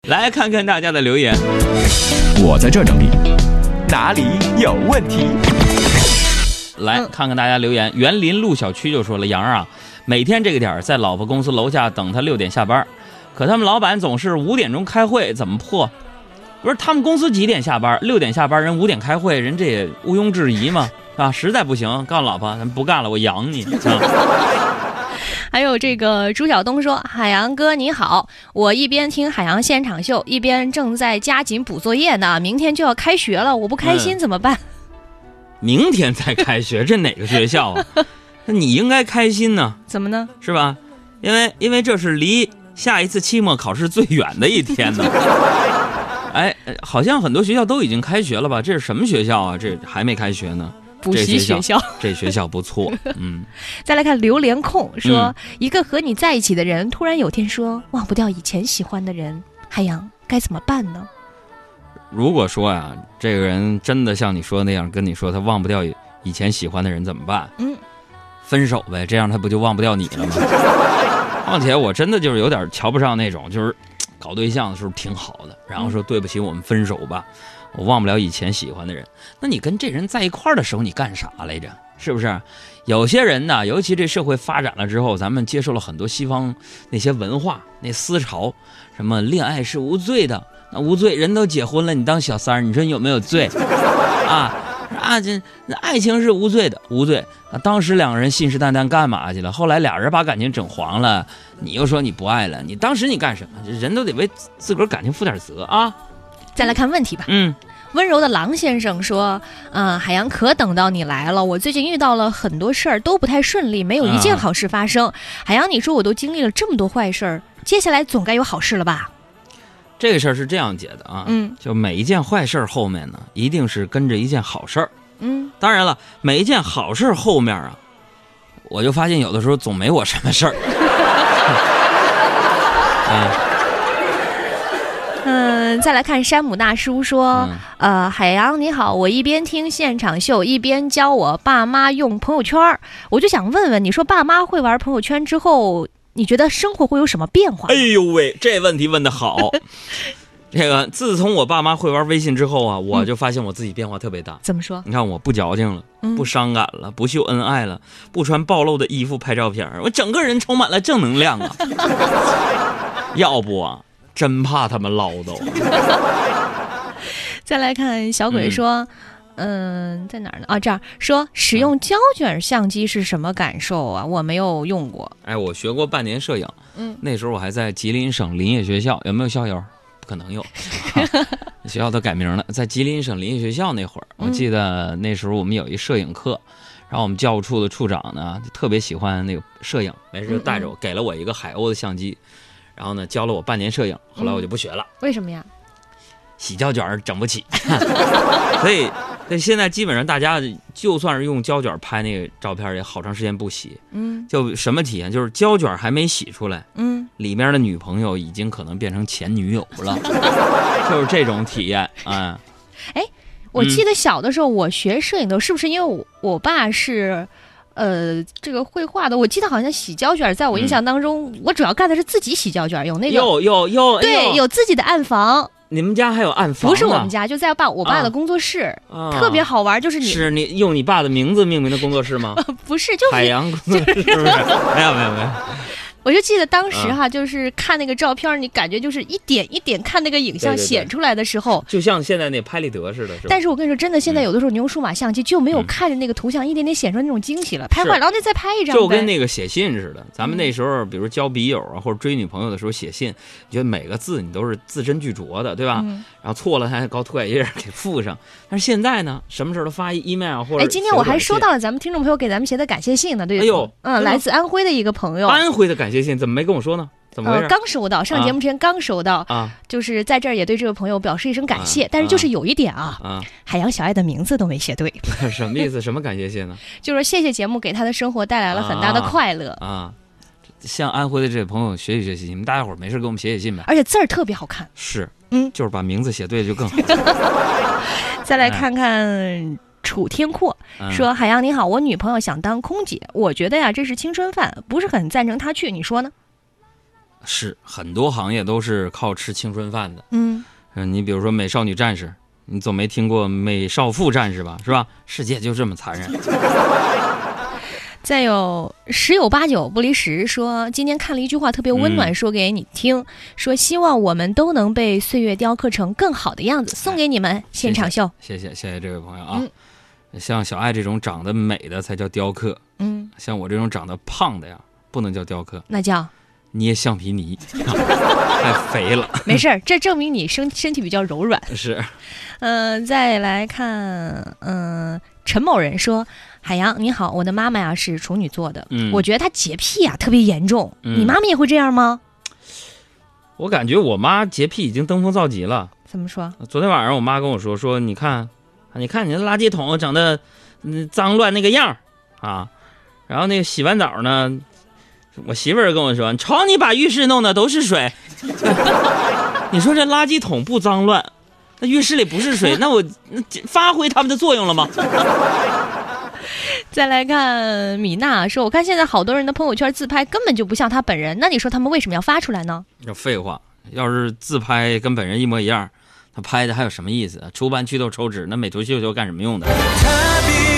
来看看大家的留言。 我在这整理，哪里有问题？ 来看看大家留言。园林路小区就说了，杨啊，每天这个点在老婆公司楼下等他6点下班，可他们老板总是5点钟开会，怎么破？不是他们公司几点下班？6点下班，人5点开会，人这也毋庸置疑嘛，啊，实在不行，告诉老婆，咱不干了，我养你。 还有这个朱晓东说，海洋哥你好，我一边听海洋现场秀，一边正在加紧补作业呢，明天就要开学了，我不开心怎么办？ 明天才开学，这哪个学校啊？那你应该开心呢。 怎么呢？ 是吧？因为这是离下一次期末考试最远的一天呢。哎，好像很多学校都已经开学了吧？这是什么学校啊？这还没开学呢。 补习学校， 这学校不错。 再来看榴莲控说，一个和你在一起的人突然有天说忘不掉以前喜欢的人，海洋该怎么办呢？ 如果说呀，这个人真的像你说的那样跟你说他忘不掉以前喜欢的人怎么办？分手呗，这样他不就忘不掉你了吗？况且我真的就是有点瞧不上那种就是搞对象的时候挺好的，然后说对不起我们分手吧，我忘不了以前喜欢的人。那你跟这人在一块儿的时候你干啥来着？是不是？有些人呢，尤其这社会发展了之后，咱们接受了很多西方那些文化那思潮，什么恋爱是无罪的，那无罪，人都结婚了，你当小三儿，你说你有没有罪？这爱情是无罪的，无罪。当时2个人信誓旦旦干嘛去了？后来俩人把感情整黄了，你又说你不爱了，你当时你干什么？人都得为自个儿感情负点责啊！ 再来看问题吧。温柔的狼先生说，海洋可等到你来了，我最近遇到了很多事儿都不太顺利，没有一件好事发生。海洋，你说我都经历了这么多坏事儿，接下来总该有好事了吧？ 这个事儿是这样解的啊，就每一件坏事儿后面呢，一定是跟着一件好事儿。当然了，每一件好事儿后面啊，我就发现有的时候总没我什么事儿。 再来看山姆大叔说，海洋你好，我一边听现场秀，一边教我爸妈用朋友圈，我就想问问，你说爸妈会玩朋友圈之后，你觉得生活会有什么变化？ 哎呦喂，这问题问得好。这个自从我爸妈会玩微信之后啊，我就发现我自己变化特别大。 怎么说？ 你看我不矫情了，不伤感了，不秀恩爱了，不穿暴露的衣服拍照片，我整个人充满了正能量啊。要不啊，真怕他们唠叨。 再来看小鬼说，在哪儿呢？这儿说使用胶卷相机是什么感受啊？我没有用过。 我学过半年摄影，那时候我还在吉林省林业学校，有没有校友？不可能有，学校都改名了。在吉林省林业学校那会儿，我记得那时候我们有一摄影课，然后我们教务处的处长呢就特别喜欢那个摄影，没事就带着我，给了我一个海鸥的相机，然后呢教了我半年摄影，后来我就不学了。 为什么呀？ 洗胶卷整不起。所以现在基本上大家就算是用胶卷拍那个照片，也好长时间不洗。就什么体验？就是胶卷还没洗出来，里面的女朋友已经可能变成前女友了。就是这种体验啊。 我记得小的时候我学摄影的，是不是因为我爸是这个绘画的？我记得好像洗胶卷，在我印象当中，我主要干的是自己洗胶卷，有那个对，有自己的暗房。 你们家还有暗房？ 不是我们家，就在我爸的工作室，特别好玩。就是你用你爸的名字命名的工作室吗？ 不是，就是海洋工作室，是不是？没有。 我就记得当时就是看那个照片，你感觉就是一点一点看那个影像显出来的时候， 就像现在那拍立得似的。 但是我跟你说，真的，现在有的时候你用数码相机就没有看着那个图像一点点显出来那种惊喜了。拍坏，然后那再拍一张， 就跟那个写信似的。咱们那时候，比如交笔友啊，或者追女朋友的时候写信，你觉得每个字你都是字斟句酌的，对吧？然后错了还搞涂改页给附上。但是现在呢，什么事都发email 或者。 今天我还收到了咱们听众朋友给咱们写的感谢信呢，对。来自安徽的一个朋友。 安徽的感谢信怎么没跟我说呢？怎么回事？ 刚收到，上节目之前刚收到就是在这儿也对这位朋友表示一声感谢。但是就是有一点海洋小爱的名字都没写对。 什么意思？什么感谢信呢？ 就是谢谢节目给他的生活带来了很大的快乐向安徽的这位朋友学习学习，你们大家伙没事给我们写信呗。 而且字儿特别好看。 是，就是把名字写对就更好。 再来看看楚天阔说，海洋你好，我女朋友想当空姐，我觉得呀这是青春饭，不是很赞成她去，你说呢？ 是很多行业都是靠吃青春饭的。你比如说美少女战士，你总没听过美少妇战士吧？是吧？世界就这么残忍。 再有十有八九不离十说，今天看了一句话特别温暖，说给你听，说希望我们都能被岁月雕刻成更好的样子，送给你们现场秀。 谢谢这位朋友啊。像小爱这种长得美的才叫雕刻，像我这种长得胖的呀，不能叫雕刻， 那叫捏橡皮泥，太肥了。 没事儿，这证明你身体比较柔软。 是。 再来看，陈某人说，海洋你好，我的妈妈呀是处女座的，我觉得她洁癖啊特别严重，你妈妈也会这样吗？ 我感觉我妈洁癖已经登峰造极了。 怎么说？ 昨天晚上我妈跟我说你看你的垃圾桶整的脏乱那个样啊，然后那个洗完澡呢，我媳妇儿跟我说，瞅你把浴室弄的都是水。你说这垃圾桶不脏乱，那浴室里不是水，那我发挥他们的作用了吗？ 再来看米娜说，我看现在好多人的朋友圈自拍根本就不像他本人，那你说他们为什么要发出来呢？ 这废话，要是自拍跟本人一模一样，他拍的还有什么意思？出版祛痘抽脂，那美图秀秀干什么用的？